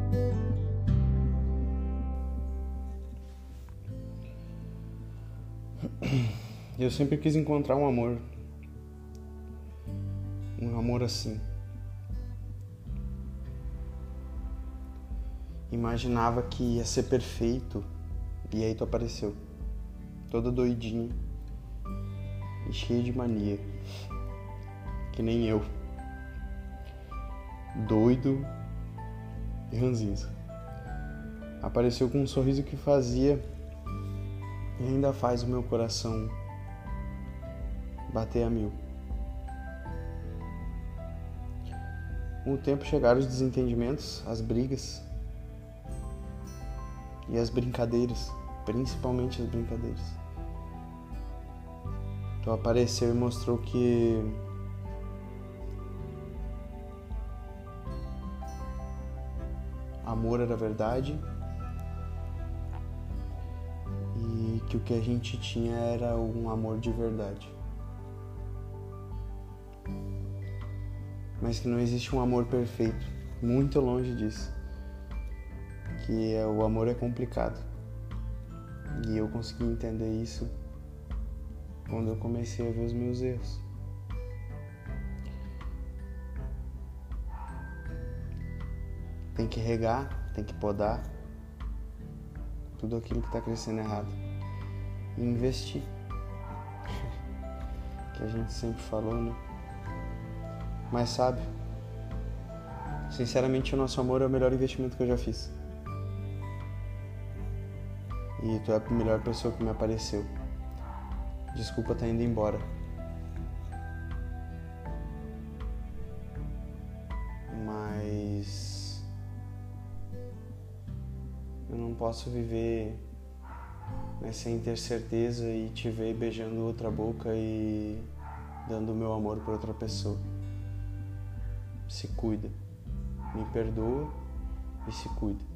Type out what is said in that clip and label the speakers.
Speaker 1: Eu sempre quis encontrar um amor assim. Imaginava que ia ser perfeito, e aí tu apareceu, toda doidinha e cheia de mania, que nem eu, doido e ranzinza. Apareceu com um sorriso que fazia e ainda faz o meu coração bater a mil. Com o tempo chegaram os desentendimentos, as brigas e as brincadeiras, principalmente as brincadeiras. Tu apareceu e mostrou que amor era verdade e que o que a gente tinha era um amor de verdade. Mas que não existe um amor perfeito, muito longe disso. Que o amor é complicado. E eu consegui entender isso quando eu comecei a ver os meus erros. Tem que regar, tem que podar tudo aquilo que está crescendo errado e investir. Que a gente sempre falou, né? Mas sabe, sinceramente o nosso amor é o melhor investimento que eu já fiz. E tu é a melhor pessoa que me apareceu. Desculpa estar indo embora. Mas eu não posso viver sem ter certeza e te ver beijando outra boca e dando o meu amor para outra pessoa. Se cuida. Me perdoa e se cuida.